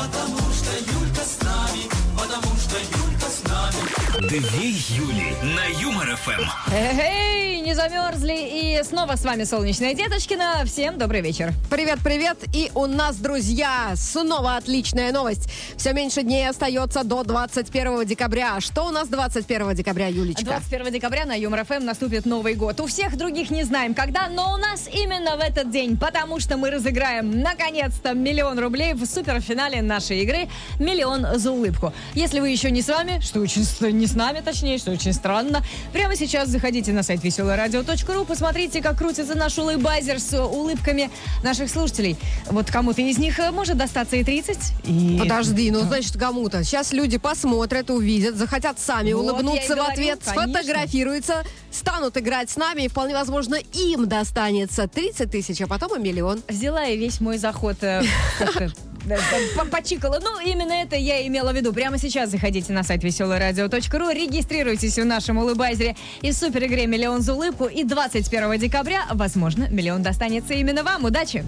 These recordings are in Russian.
Потому что Юлька с нами, потому что Юлька с нами. 2 Юли на Юмор ФМ. Эй, не замерзли? И снова с вами Солнечная Деточкина. Всем добрый вечер. Привет. И у нас, друзья, снова отличная новость. Все меньше дней остается до 21 декабря. Что у нас 21 декабря, Юлечка? 21 декабря на Юмор ФМ наступит Новый год. У всех других не знаем когда, но у нас именно в этот день, потому что мы разыграем, наконец-то, 1 000 000 рублей в суперфинале нашей игры «Миллион за улыбку». Если вы еще не с вами, что очень не с нами, точнее, что очень странно, прямо сейчас заходите на сайт веселорадио.ру, посмотрите, как крутится наш улыбайзер с улыбками наших слушателей. Вот кому-то из них может достаться и 30, и... Подожди, значит, кому-то. Сейчас люди посмотрят, увидят, захотят сами Вот, улыбнуться я и в ответ, говорю, сфотографируются, станут играть с нами, и вполне возможно, им достанется 30 000, а потом и 1 000 000. Взяла и весь мой заход как-то почикала. Ну, именно это я имела в виду. Прямо сейчас заходите на сайт веселорадио.ру, регистрируйтесь в нашем улыбайзере и в супер игре «Миллион за улыбку». И 21 декабря, возможно, 1 000 000 достанется именно вам. Удачи!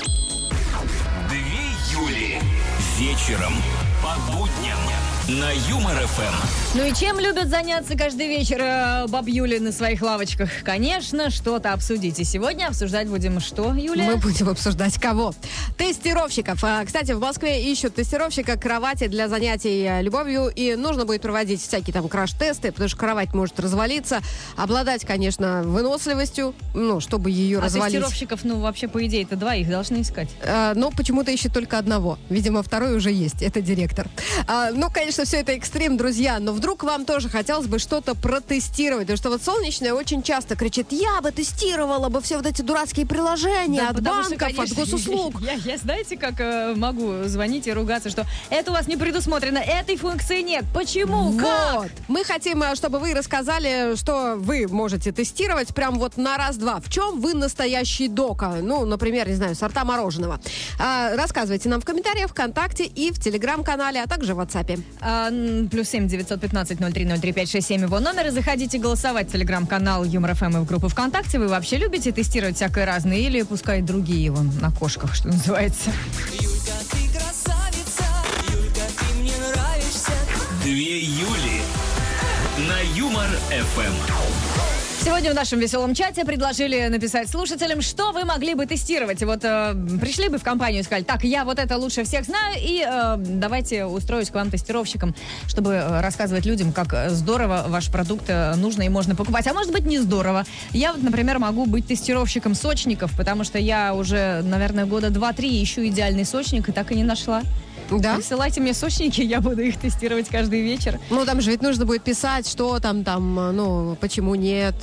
2 Юли. Вечером по будням на Юмор ФМ. Ну и чем любят заняться каждый вечер баб Юли на своих лавочках? Конечно, что-то обсудить. И сегодня обсуждать будем что, Юля? Мы будем обсуждать кого? Тестировщиков. Кстати, в Москве ищут тестировщика кровати для занятий любовью. И нужно будет проводить всякие там краш-тесты, потому что кровать может развалиться. Обладать, конечно, выносливостью, чтобы ее развалить. Тестировщиков, вообще, по идее, это 2 их должны искать. Но почему-то ищут только одного. Видимо, второй уже есть. Это директор. Конечно, все это экстрим, друзья, но вдруг вам тоже хотелось бы что-то протестировать. Потому что вот Солнечная очень часто кричит: я бы тестировала бы все вот эти дурацкие приложения от банков, от госуслуг. Я знаете, как могу звонить и ругаться, что это у вас не предусмотрено, этой функции нет. Почему? Как? Вот. Мы хотим, чтобы вы рассказали, что вы можете тестировать прям вот на раз-два. В чем вы настоящий дока? Например, не знаю, сорта мороженого. Рассказывайте нам в комментариях, ВКонтакте и в Телеграм-канале, а также в WhatsApp. +7 915 03 03 567 его номер. И заходите голосовать в Телеграм-канал Юмор ФМ и в группу ВКонтакте. Вы вообще любите тестировать всякое разное или пускай другие вон на кошках, что называется? Юлька, ты красавица, Юлька, ты мне нравишься. 2 Юли на Юмор ФМ. Сегодня в нашем веселом чате предложили написать слушателям, что вы могли бы тестировать. Вот пришли бы в компанию и сказали: так, я вот это лучше всех знаю, и давайте устроюсь к вам тестировщиком, чтобы рассказывать людям, как здорово ваш продукт нужно и можно покупать. А может быть, не здорово. Я вот, например, могу быть тестировщиком сочников, потому что я уже, наверное, года 2-3 ищу идеальный сочник и так и не нашла. Да? Присылайте мне сочники, я буду их тестировать каждый вечер. Там же ведь нужно будет писать, что там, почему нет.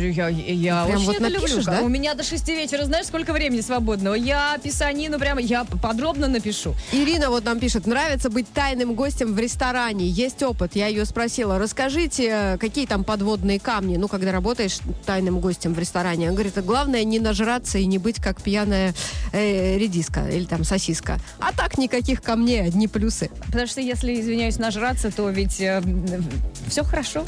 Я прям очень вот это напишешь, люблю. да? У меня до 6 вечера, знаешь, сколько времени свободного? Я писанину я подробно напишу. Ирина вот нам пишет: нравится быть тайным гостем в ресторане. Есть опыт. Я ее спросила: расскажите, какие там подводные камни, когда работаешь тайным гостем в ресторане. Она говорит: главное не нажраться и не быть как пьяная редиска или там сосиска. А так никаких камней, одни плюсы. Потому что если, извиняюсь, нажраться, то ведь все хорошо.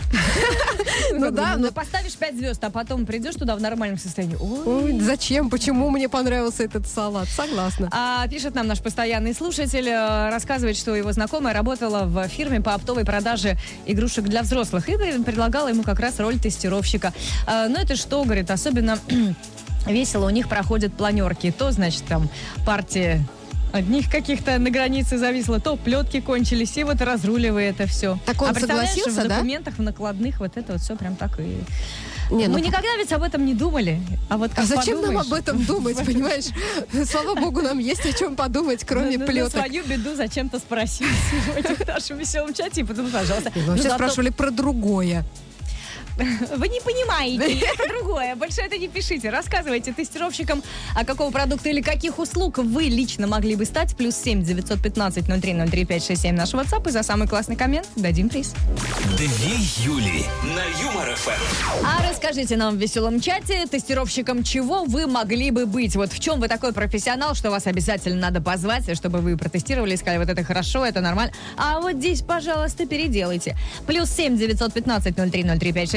Поставишь 5 звезд, а потом придешь туда в нормальном состоянии. Ой, зачем? Почему мне понравился этот салат? Согласна. Пишет нам наш постоянный слушатель, рассказывает, что его знакомая работала в фирме по оптовой продаже игрушек для взрослых и предлагала ему как раз роль тестировщика. Это что, говорит, особенно весело у них проходят планерки. То, значит, там партия одних каких-то на границе зависло, то плетки кончились, и вот разруливая это все. Так он согласился, в да? документах, в накладных вот это вот все прям так и... Мы никогда ведь об этом не думали. А зачем нам об этом думать, понимаешь? Слава богу, нам есть о чем подумать, кроме плеток. На свою беду зачем-то спросили сегодня в нашем веселом чате, и потом, пожалуйста. Вообще спрашивали про другое. Вы не понимаете, это другое. Больше это не пишите. Рассказывайте тестировщикам, о какого продукта или каких услуг вы лично могли бы стать. +7 915 03 03 567 наш WhatsApp. И за самый классный коммент дадим приз. 2 Юли на Юмор ФМ. А расскажите нам в веселом чате, тестировщиком чего вы могли бы быть? Вот в чем вы такой профессионал, что вас обязательно надо позвать, чтобы вы протестировали и сказали: вот это хорошо, это нормально. А вот здесь, пожалуйста, переделайте. +7 915 03 03 567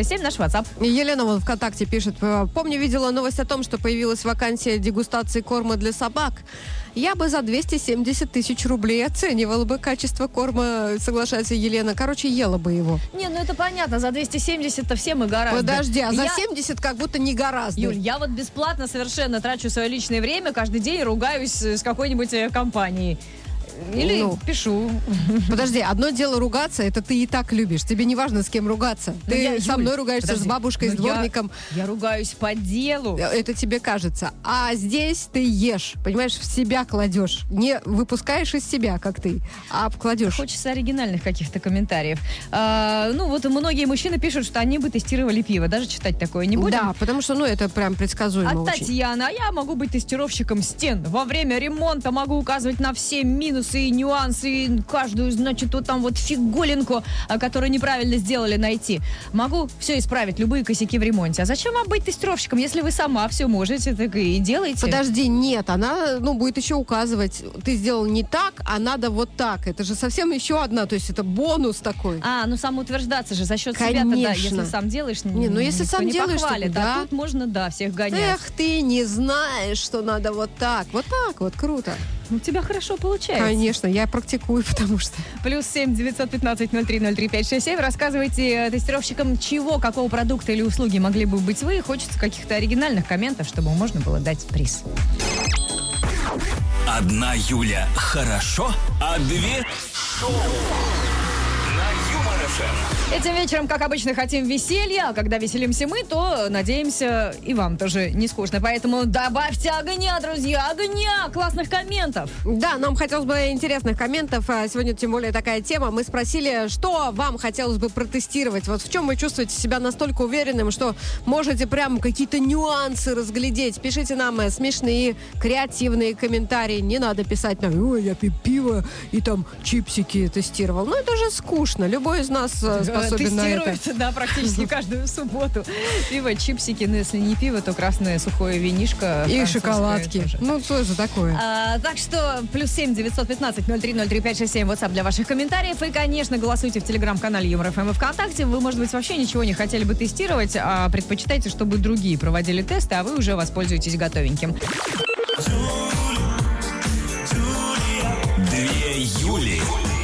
937 наш WhatsApp. Елена вот ВКонтакте пишет: помню, видела новость о том, что появилась вакансия дегустации корма для собак. Я бы за 270 тысяч рублей оценивала бы качество корма, соглашается Елена. Короче, ела бы его. Не, ну это понятно, за 270-то все мы гораздо. Подожди, а за 70 как будто не гораздо. Юль, я вот бесплатно совершенно трачу свое личное время, каждый день ругаюсь с какой-нибудь компанией. Или пишу. Подожди, одно дело ругаться, это ты и так любишь. Тебе не важно, с кем ругаться. Ты со мной ругаешься, с бабушкой, с дворником. Я ругаюсь по делу. Это тебе кажется. А здесь ты ешь, понимаешь, в себя кладешь. Не выпускаешь из себя, как ты, а кладешь. Хочется оригинальных каких-то комментариев. Ну, вот многие мужчины пишут, что они бы тестировали пиво. Даже читать такое не будем. Да, потому что, это прям предсказуемо очень. Татьяна: я могу быть тестировщиком стен. Во время ремонта могу указывать на все минусы и нюансы, и каждую, значит, вот там вот фиголинку, которую неправильно сделали, найти. Могу все исправить, любые косяки в ремонте. А зачем вам быть тестировщиком, если вы сама все можете, так и делаете? Подожди, нет, она, будет еще указывать, ты сделал не так, а надо вот так. Это же совсем еще одна, то есть это бонус такой. Самоутверждаться же за счет себя-то, да, если сам делаешь, если сам не делаешь, похвалит, да. А тут можно, всех гонять. Эх, ты не знаешь, что надо вот так, круто. У тебя хорошо получается. Конечно, я практикую, потому что... +7 915 03 03 567. Рассказывайте тестировщикам, какого продукта или услуги могли бы быть вы. Хочется каких-то оригинальных комментов, чтобы можно было дать приз. Одна Юля хорошо, а две шоу на Юмор ФМ. Этим вечером, как обычно, хотим веселья, а когда веселимся мы, то, надеемся, и вам тоже не скучно. Поэтому добавьте огня, друзья, огня, классных комментов. Да, нам хотелось бы интересных комментов. Сегодня тем более такая тема. Мы спросили, что вам хотелось бы протестировать. Вот в чем вы чувствуете себя настолько уверенным, что можете прям какие-то нюансы разглядеть. Пишите нам смешные, креативные комментарии. Не надо писать нам: ой, я пиво и там чипсики тестировал. Это же скучно. Любой из нас способен на это. Тестирует, практически каждую субботу. Пиво, чипсики, но если не пиво, то красное сухое винишко. И шоколадки. Что же такое? Так что +7 915 03 03 567 WhatsApp для ваших комментариев. И, конечно, голосуйте в телеграм-канале Юмор ФМ и ВКонтакте. Вы, может быть, вообще ничего не хотели бы тестировать, а предпочитаете, чтобы другие проводили тесты, а вы уже воспользуетесь готовеньким. Две Юли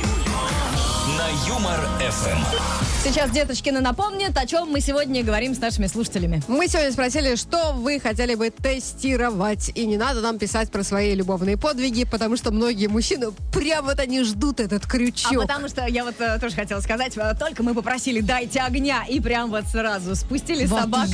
на Юмор ФМ. Сейчас Деточкина напомнит, о чем мы сегодня говорим с нашими слушателями. Мы сегодня спросили, что вы хотели бы тестировать. И не надо нам писать про свои любовные подвиги, потому что многие мужчины прям они ждут этот крючок. Потому что я тоже хотела сказать, только мы попросили «дайте огня», и прям сразу спустили собаку.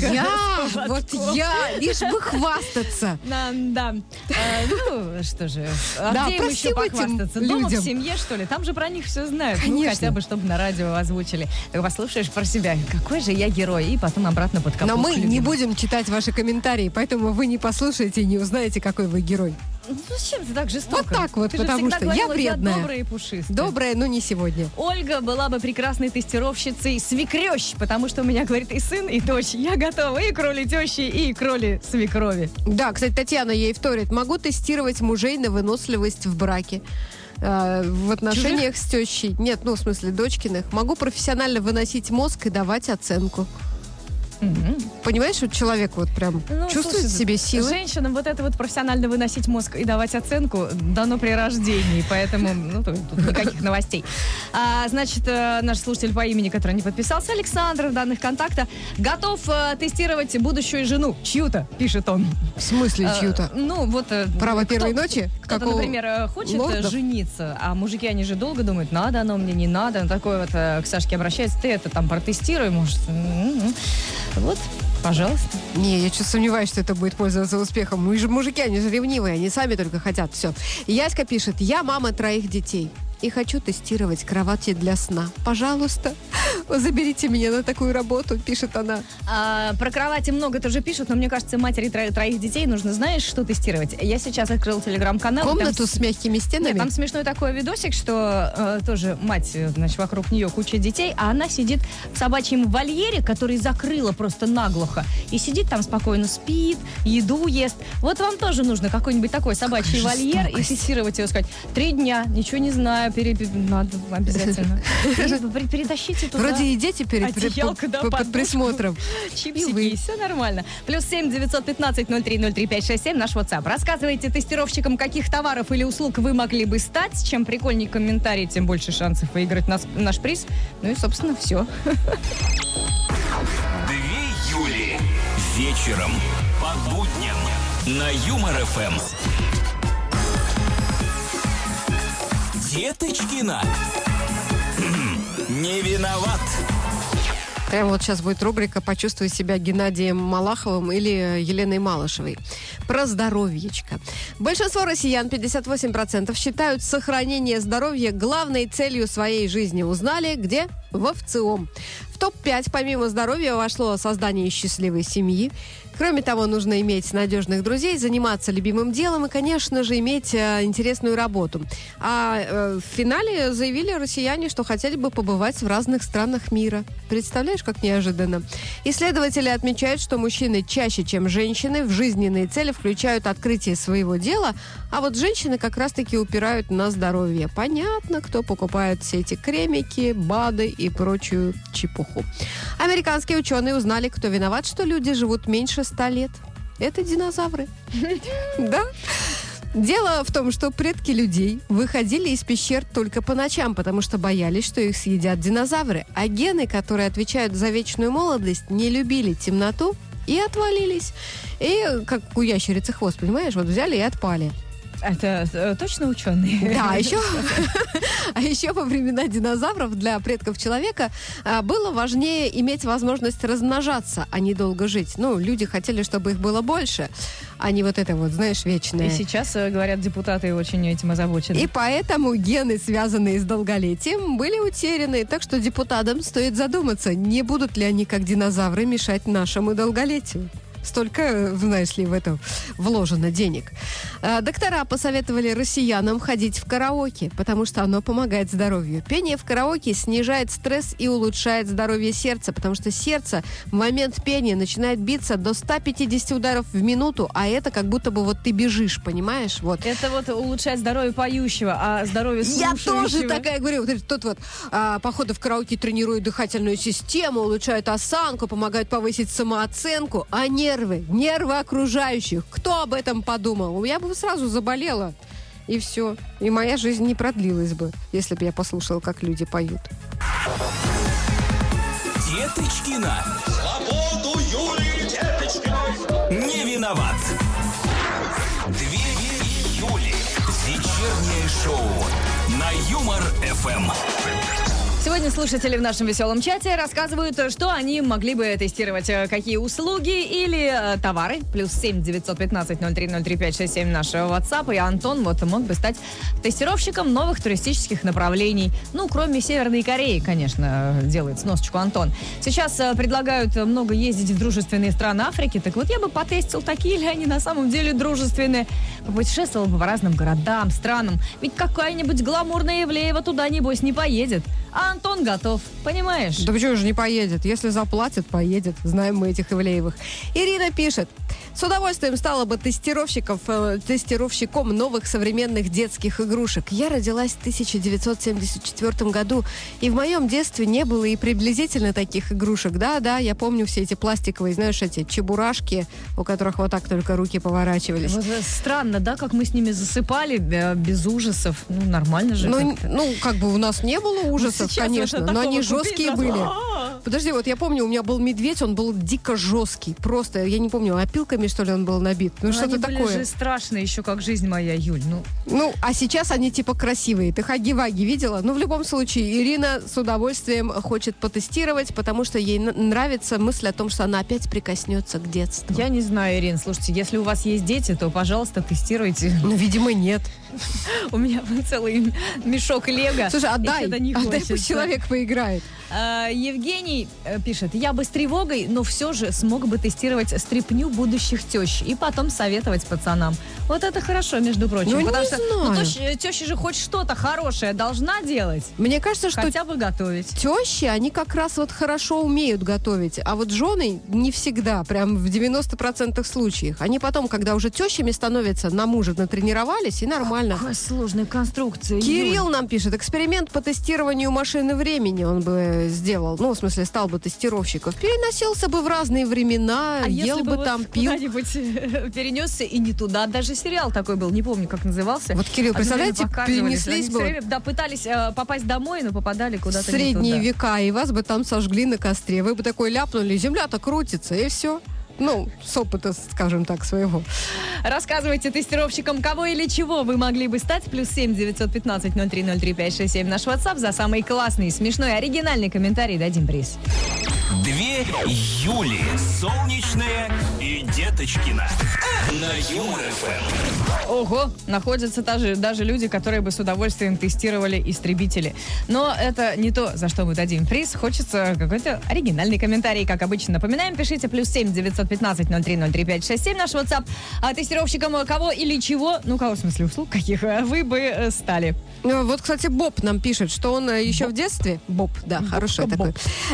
Я, лишь бы хвастаться. Да. Что же, где им еще похвастаться? Дома в семье, что ли? Там же про них все знают. Конечно. Хотя бы, чтобы на радио озвучили. Послушаешь про себя, какой же я герой, и потом обратно под капот. Но мы не будем читать ваши комментарии, поэтому вы не послушаете и не узнаете, какой вы герой. Зачем ты так жестоко? Вот так вот, ты потому что я вредная. Я добрая и пушистая. Добрая, но не сегодня. Ольга была бы прекрасной тестировщицей свекрёщ, потому что у меня, говорит, и сын, и дочь. Я готова и к роли тещи, и к роли свекрови. Да, кстати, Татьяна ей вторит. Могу тестировать мужей на выносливость в браке. В отношениях с тещей. Нет, в смысле дочкиных. Могу профессионально выносить мозг и давать оценку. Понимаешь, вот человек вот прям чувствует в себе силы. Женщинам вот это вот профессионально выносить мозг и давать оценку дано при рождении, поэтому тут никаких новостей. Значит, наш слушатель по имени, который не подписался, Александр, в данных контакта, готов тестировать будущую жену. Чью-то, пишет он. В смысле чью-то? Право первой ночи? Кто-то, например, хочет жениться, а мужики, они же долго думают, надо оно мне, не надо. Он такой вот к Сашке обращается, ты это там протестируй, может. Вот, пожалуйста. Не, я что-то сомневаюсь, что это будет пользоваться успехом. Мужики, они же ревнивые, они сами только хотят. Все. Яська пишет: я мама 3 детей и хочу тестировать кровати для сна. Пожалуйста, заберите меня на такую работу, пишет она. Про кровати много тоже пишут, но мне кажется, матери 3 детей нужно, знаешь, что тестировать. Я сейчас открыл телеграм-канал. Комнату с мягкими стенами? Нет, там смешной такой видосик, что тоже мать, значит, вокруг нее куча детей, а она сидит в собачьем вольере, который закрыла просто наглухо, и сидит там спокойно, спит, еду ест. Вот вам тоже нужно какой-нибудь такой собачий вольер и тестировать его, сказать: 3 дня, ничего не знаю, надо обязательно. Перетащите туда. Вроде люди и дети Одеялко, да, под подушку. присмотром. Чипсики, все нормально. +7 915 03 03 567 наш WhatsApp. Рассказывайте тестировщикам, каких товаров или услуг вы могли бы стать. Чем прикольнее комментарий, тем больше шансов выиграть наш приз. Ну и, собственно, все. Две Юли. Вечером по будням на Юмор-ФМ. Деточкина. Не виноват. Прямо вот сейчас будет рубрика «Почувствуй себя Геннадием Малаховым или Еленой Малышевой». Про здоровьечко. Большинство россиян, 58%, считают сохранение здоровья главной целью своей жизни. Узнали, где? В ВЦИОМ. В топ-5 помимо здоровья вошло создание счастливой семьи. Кроме того, нужно иметь надежных друзей, заниматься любимым делом и, конечно же, иметь интересную работу. А в финале заявили россияне, что хотели бы побывать в разных странах мира. Представляешь, как неожиданно? Исследователи отмечают, что мужчины чаще, чем женщины, в жизненные цели включают открытие своего дела, а вот женщины как раз-таки упирают на здоровье. Понятно, кто покупает все эти кремики, БАДы и прочую чепуху. Американские ученые узнали, кто виноват, что люди живут меньше 100 лет. Это динозавры. Да? Дело в том, что предки людей выходили из пещер только по ночам, потому что боялись, что их съедят динозавры. А гены, которые отвечают за вечную молодость, не любили темноту и отвалились. И как у ящерицы хвост, понимаешь? Вот взяли и отпали. Это точно ученые? Да, а еще во времена динозавров для предков человека было важнее иметь возможность размножаться, а не долго жить. Ну, люди хотели, чтобы их было больше, а не вот это вот, знаешь, вечное. И сейчас, говорят, депутаты очень этим озабочены. И поэтому гены, связанные с долголетием, были утеряны. Так что депутатам стоит задуматься, не будут ли они, как динозавры, мешать нашему долголетию. Столько, знаешь ли, в это вложено денег. Доктора посоветовали россиянам ходить в караоке, потому что оно помогает здоровью. Пение в караоке снижает стресс и улучшает здоровье сердца, потому что сердце в момент пения начинает биться до 150 ударов в минуту, а это как будто бы вот ты бежишь, понимаешь? Вот. Это вот улучшает здоровье поющего, а здоровье слушающего... Я тоже такая говорю. Вот тот вот походы в караоке тренируют дыхательную систему, улучшают осанку, помогают повысить самооценку, а нервы окружающих. Кто об этом подумал? Я бы сразу заболела. И все. И моя жизнь не продлилась бы, если бы я послушала, как люди поют. Деточкина. Свободу Юлии Деточкиной. Не виноват. Две Юли. Вечернее шоу на Юмор-ФМ. Сегодня слушатели в нашем веселом чате рассказывают, что они могли бы тестировать, какие услуги или товары. +7 915 03 03 567 нашего WhatsApp. И Антон вот мог бы стать тестировщиком новых туристических направлений. Ну, кроме Северной Кореи, конечно, делает сносочку Антон. Сейчас предлагают много ездить в дружественные страны Африки. Так вот, я бы потестил, такие ли они на самом деле дружественные. Попутешествовал бы по разным городам, странам. Ведь какая-нибудь гламурная Ивлеева туда, небось, не поедет. А Антон готов, понимаешь? Да почему же не поедет? Если заплатят, поедет. Знаем мы этих Ивлеевых. Ирина пишет. С удовольствием стала бы тестировщиком новых современных детских игрушек. Я родилась в 1974 году, и в моем детстве не было и приблизительно таких игрушек. Да, я помню все эти пластиковые, знаешь, эти чебурашки, у которых вот так только руки поворачивались. Вот странно, да, как мы с ними засыпали без ужасов. Ну, нормально же. Ну, как бы у нас не было ужасов, конечно, но они жесткие были. Подожди, вот я помню, у меня был медведь, он был дико жесткий. Просто, я не помню, опилками, что ли, он был набит. Ну, что-то они такое. были же страшные еще, как жизнь моя, Юль. Ну, а сейчас они типа красивые. Ты Хаги-Ваги видела? Ну, в любом случае, Ирина с удовольствием хочет потестировать, потому что ей нравится мысль о том, что она опять прикоснется к детству. Я не знаю, Ирин, слушайте, если у вас есть дети, то, пожалуйста, тестируйте. Ну, видимо, нет. У меня целый мешок лего. Слушай, отдай, пусть человек поиграет. Евгений Евгений пишет, я бы с тревогой, но все же смог бы тестировать стряпню будущих тещ и потом советовать пацанам. Вот это хорошо, между прочим. Ну, потому не что знаю. теща же хоть что-то хорошее должна делать. Мне кажется, что Хотя бы готовить. тещи, они как раз вот хорошо умеют готовить, а вот жены не всегда, прям в 90% случаев. Они потом, когда уже тещами становятся, на мужа натренировались, и нормально. Какая сложная конструкция. Кирилл нам пишет, эксперимент по тестированию машины времени он бы сделал, ну, в смысле, стал бы тестировщиком. Переносился бы в разные времена, ел если бы вот там, пил. куда-нибудь перенесся и не туда, даже сериал такой был, не помню, как назывался. Вот, Кирилл, Одно время представляете, показывали, перенеслись они бы всё время, да, пытались попасть домой, но попадали в куда-то средние не туда. века, и вас бы там сожгли на костре. Вы бы такой ляпнули, земля-то крутится, и все. Ну, с опыта, скажем так, своего. Рассказывайте тестировщикам, кого или чего вы могли бы стать. +7 915 0303 567 наш WhatsApp. За самый классный, смешной, оригинальный комментарий дадим приз. 2 Юли. Солнечная и Деточкина. На Юмор ФМ. Ого, находятся даже люди, которые бы с удовольствием тестировали истребители. Но это не то, за что мы дадим приз. Хочется какой-то оригинальный комментарий. Как обычно, напоминаем, пишите +7 915 0303 567 наш WhatsApp. А тестировщиком кого или чего, ну, кого в смысле услуг каких, вы бы стали. Вот, кстати, Боб нам пишет, что он еще в детстве... Боб, да, хороший такой.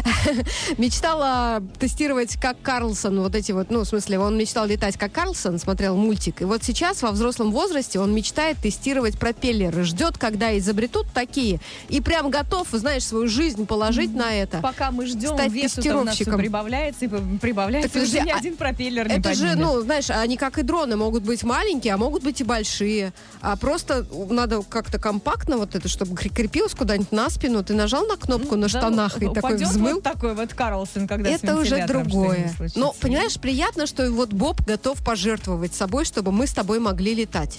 Мечтала тестировать, как Карлсон, вот эти вот, ну, в смысле, он мечтал летать, как Карлсон, смотрел мультик. И вот сейчас, во взрослом возрасте, он мечтает тестировать пропеллеры. Ждет, когда изобретут такие. И прям готов, знаешь, свою жизнь положить на это. Пока мы ждем, Стать весу-то у нас всё тестировщиком. прибавляется и прибавляется. Так, подожди, Уже ни а один пропеллер не Это же, поднимет. ну, знаешь, они как и дроны, могут быть маленькие, а могут быть и большие. А просто надо как-то компактно вот это, чтобы крепилось куда-нибудь на спину. Ты нажал на кнопку на Да, штанах и такой упадет взмыл. вот такой вот Карлсон, когда с Это уже вентилятором другое. что-нибудь случится. Но, понимаешь, приятно, что вот Боб готов пожертвовать собой, чтобы мы с тобой могли летать.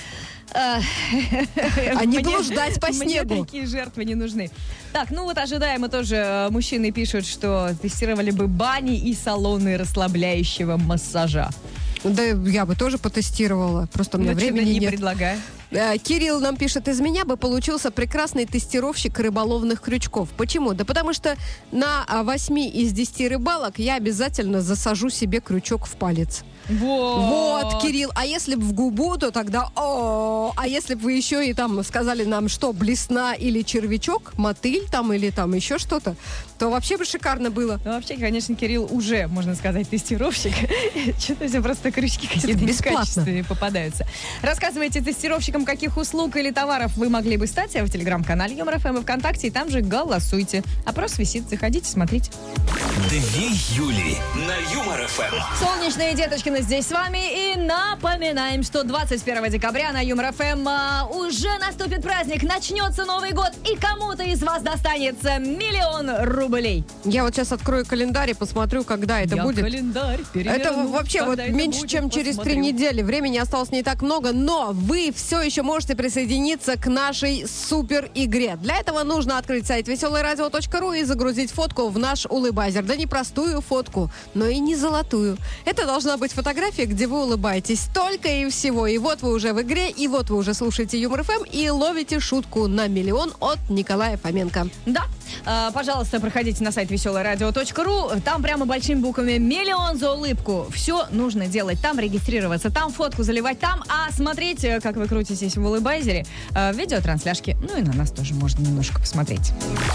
А не блуждать по Мне снегу. такие жертвы не нужны. Так, ну вот ожидаемо тоже мужчины пишут, что тестировали бы бани и салоны расслабляющего массажа. Да, я бы тоже потестировала. Просто у меня Ну, что-то времени не нет. предлагаю. Кирилл нам пишет, из меня бы получился прекрасный тестировщик рыболовных крючков. Почему? Да потому что на 8 из 10 рыбалок я обязательно засажу себе крючок в палец. Вот, Кирилл, а если бы в губу, то тогда а если бы вы еще и там сказали нам, что блесна или червячок, мотыль там или там еще что-то, то вообще бы шикарно было. Ну, вообще, конечно, Кирилл уже, можно сказать, тестировщик. Что-то все просто крючки какие-то бесплатно. некачественные попадаются. Рассказывайте тестировщикам, каких услуг или товаров вы могли бы стать в телеграм-канале Юмор ФМ и ВКонтакте, и там же голосуйте. Опрос висит, заходите, смотрите. 2 Юли. На Юмор ФМ. Солнечные Деточкины здесь с вами. И напоминаем, что 21 декабря на Юмор ФМ уже наступит праздник, начнется Новый год, и кому-то из вас достанется 1 000 000 рублей. Я вот сейчас открою календарь и посмотрю, когда это Я будет. календарь Это переверну, вообще вот когда это меньше, будет, чем через 3 посмотрю. недели. Времени осталось не так много, но вы все еще можете присоединиться к нашей супер игре. Для этого нужно открыть сайт веселорадио.ру и загрузить фотку в наш улыбайзер. Да не простую фотку, но и не золотую. Это должна быть фотография, где вы улыбаетесь только и всего. И вот вы уже в игре, и вот вы уже слушаете Юмор ФМ и ловите шутку на 1 000 000 от Николая Фоменко. Да, пожалуйста, проходите на сайт веселорадио.ру. Там прямо большими буквами 1 000 000 за улыбку. Все нужно делать. Там регистрироваться, там фотку заливать, там, а смотреть, как вы крутитесь в улыбайзере, в видеотрансляшке. Ну и на нас тоже можно немножко посмотреть.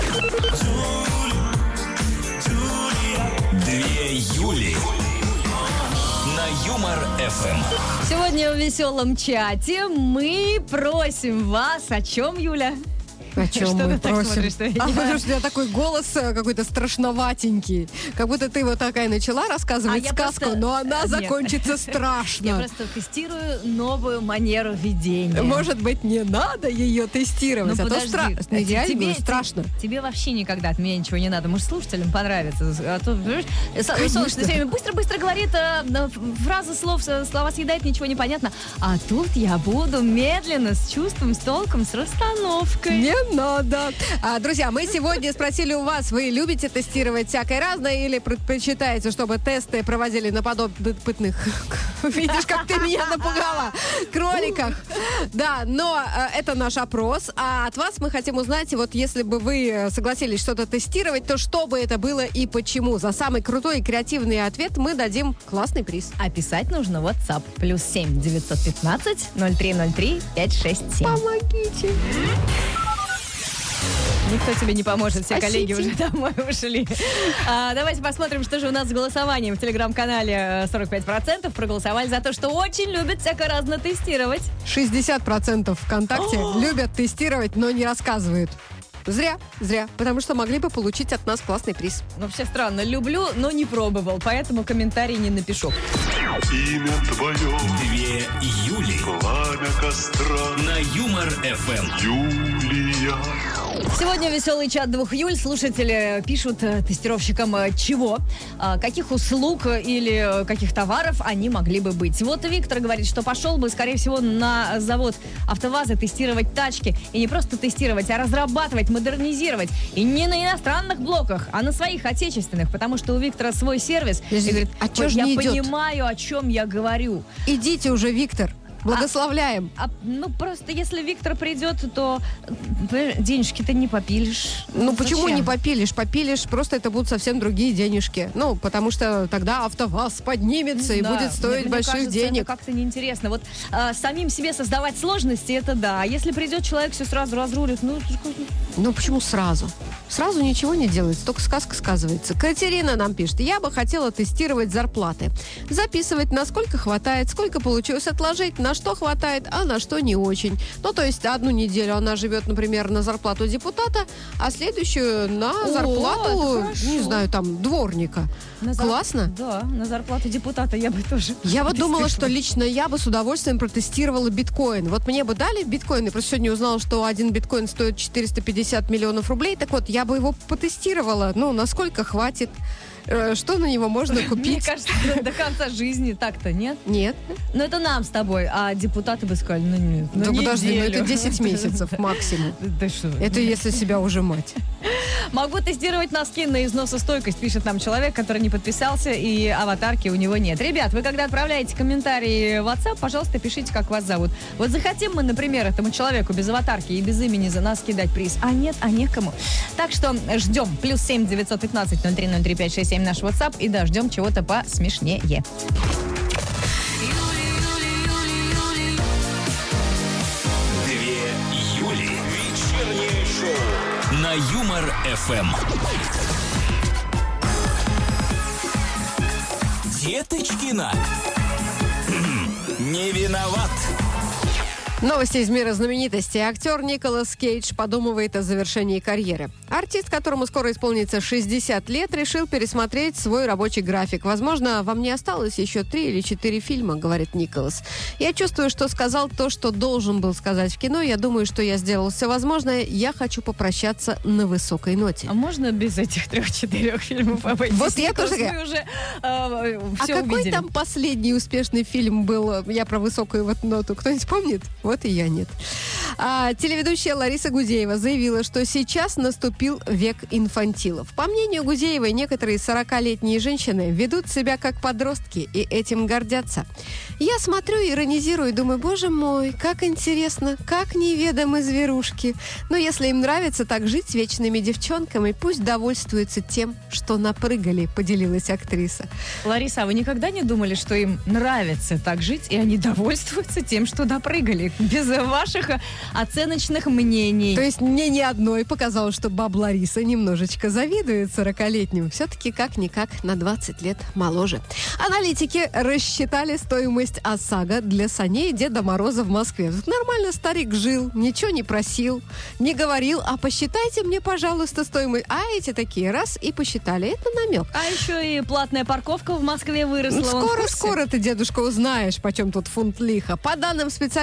2 Юли. На Юмор ФМ. Сегодня в веселом чате мы просим вас о чем, Юля? О чем Что мы ты так просим? смотришь, что я не Потому знаю? что у тебя такой голос какой-то страшноватенький. Как будто ты вот такая начала рассказывать я сказку, просто- но она Нет. закончится страшно. Я просто тестирую новую манеру ведения. Может быть, не надо ее тестировать, а то подожди. страшно. Я не говорю, страшно. Тебе вообще никогда от меня ничего не надо. Может, слушателям понравится. А то, понимаешь, Солнце все время быстро-быстро говорит, фразы слова съедает, ничего не понятно. А тут я буду медленно, с чувством, с толком, с расстановкой. Не надо. Друзья, мы сегодня спросили у вас, вы любите тестировать всякое разное или предпочитаете, чтобы тесты проводили на подопытных, видишь, как ты меня напугала, кроликах. Да, но это наш опрос. А от вас мы хотим узнать, вот если бы вы согласились что-то тестировать, то что бы это было и почему. За самый крутой и креативный ответ мы дадим классный приз. А писать нужно в WhatsApp. +7 915 0303 567. Помогите. Никто тебе не поможет, все Спасите. коллеги уже домой ушли. Давайте посмотрим, что же у нас с голосованием в телеграм-канале. 45% проголосовали за то, что очень любят всяко разно тестировать. 60% ВКонтакте любят тестировать, но не рассказывают. Зря, потому что могли бы получить от нас классный приз. Вообще странно, люблю, но не пробовал, поэтому комментарий не напишу. Имя твое, 2 Юли пламя костра, на Юмор-ФМ. Юлия. Сегодня веселый чат 2 июль. Слушатели пишут тестировщикам чего, каких услуг или каких товаров они могли бы быть. Вот Виктор говорит, что пошел бы, скорее всего, на завод АвтоВАЗа тестировать тачки. И не просто тестировать, а разрабатывать, модернизировать. И не на иностранных блоках, а на своих отечественных. Потому что у Виктора свой сервис. И говорит, а чё ж я не идет? понимаю, о чем я говорю. Идите уже, Виктор. Благословляем. Ну, просто если Виктор придет, то денежки-то не попилишь. Ну, почему зачем? не попилишь? Попилишь, просто это будут совсем другие денежки. Ну, потому что тогда АвтоВАЗ поднимется и Да, будет стоить мне больших кажется, денег. Это как-то неинтересно. Вот самим себе создавать сложности, это да. А если придет человек, все сразу разрулит, Ну, почему сразу? Сразу ничего не делается, только сказка сказывается. Катерина нам пишет. Я бы хотела тестировать зарплаты. Записывать, насколько хватает, сколько получилось отложить, на что хватает, а на что не очень. Ну, то есть одну неделю она живет, например, на зарплату депутата, а следующую на зарплату, это хорошо. не знаю, там, дворника. Классно? Да, на зарплату депутата я бы тоже. Я вот думала, что тестировала. лично я бы с удовольствием протестировала биткоин. Вот мне бы дали биткоин, я просто сегодня узнала, что один биткоин стоит 450 миллионов рублей. Так вот, я бы его потестировала. Ну, насколько хватит, что на него можно Мне купить. кажется, до конца жизни так-то нет. Нет. Но это нам с тобой, а депутаты бы сказали, ну нет, Да подожди, ну это неделю. 10 месяцев максимум. Да что? Это если себя ужимать. Могу тестировать носки на износостойкость, пишет нам человек, который не подписался, и аватарки у него нет. Ребят, вы когда отправляете комментарии в WhatsApp, пожалуйста, пишите, как вас зовут. Вот захотим мы, например, этому человеку без аватарки и без имени за носки дать приз, а нет, а некому. Так что ждем. +7 915 0303 567 наш WhatsApp, и да, ждем чего-то посмешнее. 2 Юли. Вечернее шоу на Юмор-ФМ. Деточкина. Не виноват. Новости из мира знаменитостей. Актер Николас Кейдж подумывает о завершении карьеры. Артист, которому скоро исполнится 60 лет, решил пересмотреть свой рабочий график. Возможно, вам не осталось еще 3 или 4 фильма, говорит Николас. Я чувствую, что сказал то, что должен был сказать в кино. Я думаю, что я сделал все возможное. Я хочу попрощаться на высокой ноте. А можно без этих 3-4 фильмов обойтись? Вот я Николас, тоже мы уже А все какой увидели. там последний успешный фильм был? Я про высокую вот ноту. Кто-нибудь помнит? Вот и я нет. Телеведущая Лариса Гузеева заявила, что сейчас наступил век инфантилов. По мнению Гузеевой, некоторые 40-летние женщины ведут себя как подростки и этим гордятся. Я смотрю, иронизирую и думаю, боже мой, как интересно, как неведомы зверушки. Но если им нравится так жить с вечными девчонками, пусть довольствуются тем, что напрыгали, поделилась актриса. Лариса, а вы никогда не думали, что им нравится так жить, и они довольствуются тем, что допрыгали? Без ваших оценочных мнений. То есть мне ни одной показалось, что баба Лариса немножечко завидует 40-летним. Все-таки как-никак на 20 лет моложе. Аналитики рассчитали стоимость ОСАГО для саней Деда Мороза в Москве. Тут нормально старик жил, ничего не просил, не говорил, а посчитайте мне, пожалуйста, стоимость. А эти такие раз и посчитали. Это намек. А еще и платная парковка в Москве выросла. Ну, скоро ты, дедушка, узнаешь, почем тут фунт лиха. По данным специалистов, в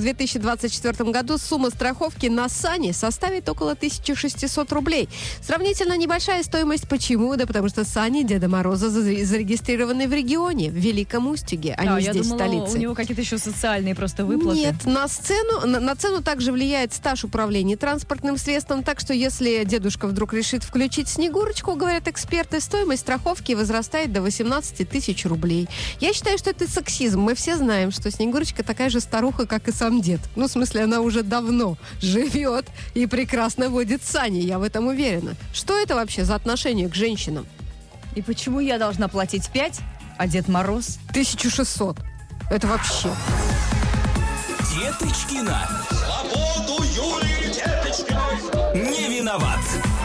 2024 году сумма страховки на сани составит около 1600 рублей. Сравнительно небольшая стоимость. Почему? Да потому что сани Деда Мороза зарегистрированы в регионе, в Великом Устюге, а не я здесь, в думала, столице. у него какие-то еще социальные просто выплаты. Нет, на цену также влияет стаж управления транспортным средством, так что если дедушка вдруг решит включить Снегурочку, говорят эксперты, стоимость страховки возрастает до 18 тысяч рублей. Я считаю, что это сексизм. Мы все знаем, что Снегурочка такая же старуха, как и сам дед. Ну, в смысле, она уже давно живет и прекрасно водит сани, я в этом уверена. Что это вообще за отношение к женщинам? И почему я должна платить 5, а Дед Мороз? 1600. Это вообще... Деточкина. Свободу Юлии Деточкиной. Не виноват.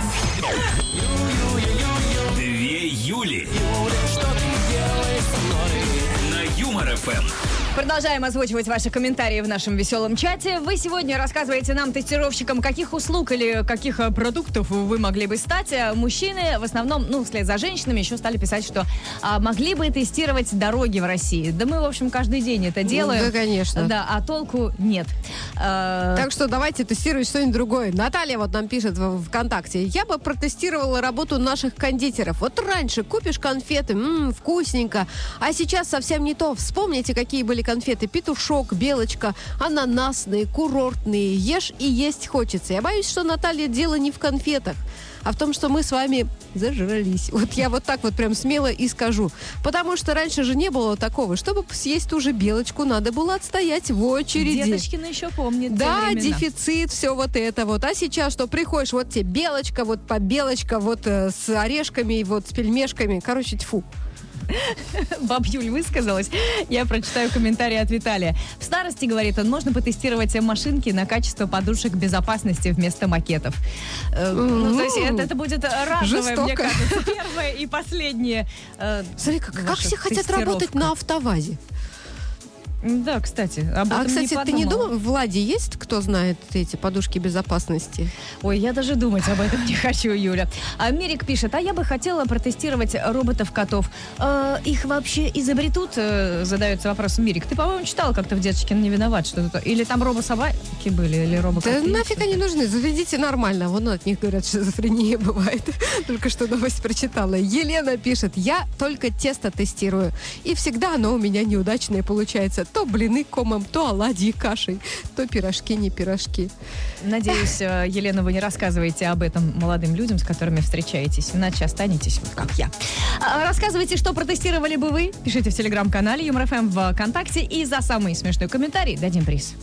Две Юли. На Юмор ФМ. Продолжаем озвучивать ваши комментарии в нашем веселом чате. Вы сегодня рассказываете нам, тестировщикам, каких услуг или каких продуктов вы могли бы стать. Мужчины в основном, вслед за женщинами, еще стали писать, что могли бы тестировать дороги в России. Да мы, в общем, каждый день это делаем. Да, конечно. Да, а толку нет. Так что давайте тестировать что-нибудь другое. Наталья вот нам пишет в ВКонтакте. Я бы протестировала работу наших кондитеров. Вот раньше купишь конфеты, вкусненько, а сейчас совсем не то. Вспомните, какие были конфеты. Петушок, белочка, ананасные, курортные. Ешь и есть хочется. Я боюсь, что, Наталья, дело не в конфетах, а в том, что мы с вами зажрались. Вот я вот так вот прям смело и скажу. Потому что раньше же не было такого. Чтобы съесть ту же белочку, надо было отстоять в очереди. Деточкина еще помнит. Да, дефицит, все вот это вот. А сейчас что, приходишь, вот тебе белочка, вот побелочка, вот с орешками, вот с пельмешками. Короче, тьфу. Баб Юль высказалась. Я прочитаю комментарий от Виталия. В старости, говорит он, можно потестировать машинки на качество подушек безопасности вместо макетов. То есть это будет разовое, мне кажется, первое и последнее. Смотри, как все хотят работать на автовазе. Да, кстати, об этом кстати, ты не думал, в Ладе есть кто знает эти подушки безопасности? Ой, я даже думать об этом не хочу, Юля. А Мирик пишет, я бы хотела протестировать роботов-котов. Их вообще изобретут? Задается вопросом Мирик. Ты, по-моему, читала как-то в «Деточкин не виноват» что-то. Или там робособаки были, или робокоты? Да нафиг они нужны, заведите нормально. Вон от них, говорят, шизофрения бывает. Только что новость прочитала. Елена пишет, я только тесто тестирую. И всегда оно у меня неудачное получается. То блины комом, то оладьи кашей, то пирожки не пирожки. Надеюсь, Елена, вы не рассказываете об этом молодым людям, с которыми встречаетесь, иначе останетесь вот как я. Рассказывайте, что протестировали бы вы. Пишите в телеграм-канале Юмор ФМ в ВКонтакте, и за самый смешной комментарий дадим приз.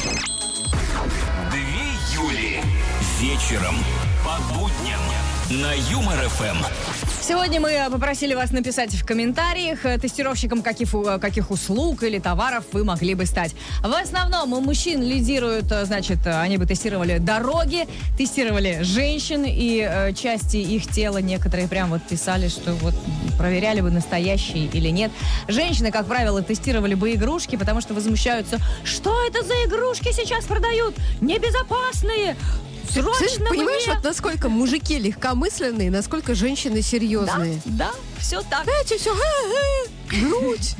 Две Юли. Вечером по будням на Юмор ФМ. Сегодня мы попросили вас написать в комментариях, тестировщикам каких услуг или товаров вы могли бы стать. В основном у мужчин лидируют, значит, они бы тестировали дороги, тестировали женщин и части их тела. Некоторые прям вот писали, что вот проверяли бы, настоящие или нет. Женщины, как правило, тестировали бы игрушки, потому что возмущаются, что это за игрушки сейчас продают? Небезопасные! Срочно понимаешь, вот насколько мужики легкомысленные, насколько женщины серьезные. Да, все так. Знаете, все, грудь.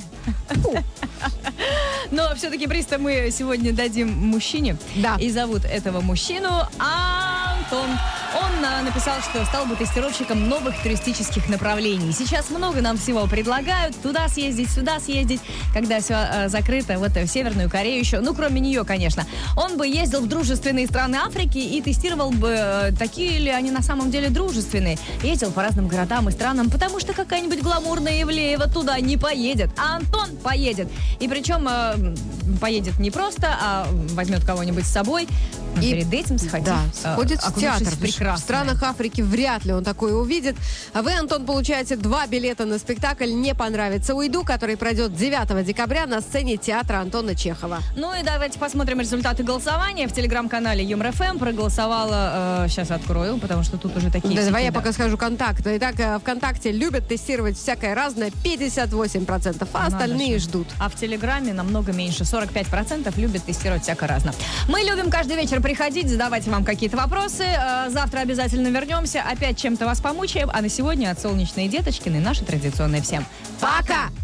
Но все-таки приз-то мы сегодня дадим мужчине. Да. И зовут этого мужчину Антон. Он написал, что стал бы тестировщиком новых туристических направлений. Сейчас много нам всего предлагают. Туда съездить, сюда съездить. Когда все закрыто, вот в Северную Корею еще. Ну, кроме нее, конечно. Он бы ездил в дружественные страны Африки и тестировал бы, такие ли они на самом деле дружественные. Ездил по разным городам и странам, потому что какая-нибудь гламурная Ивлеева туда не поедет. А Антон поедет. И причем поедет не просто, а возьмет кого-нибудь с собой. Но и перед этим сходить. Да, сходит в театр. В странах Африки вряд ли он такое увидит. А вы, Антон, получаете 2 билета на спектакль «Не понравится, уйду», который пройдет 9 декабря на сцене театра Антона Чехова. Ну и давайте посмотрим результаты голосования. В телеграм-канале Юмор ФМ проголосовало... сейчас открою, потому что тут уже такие... Да, давай я пока скажу контакт. Итак, ВКонтакте любят тестировать всякое разное 58%, а остальные ждут. А в Телеграме намного меньше. 45% любят тестировать всякое разное. Мы любим каждый вечер приходить, задавать вам какие-то вопросы. Завтра обязательно вернемся. Опять чем-то вас помучаем. А на сегодня от Солнечной Деточкиной наше традиционное всем. Пока!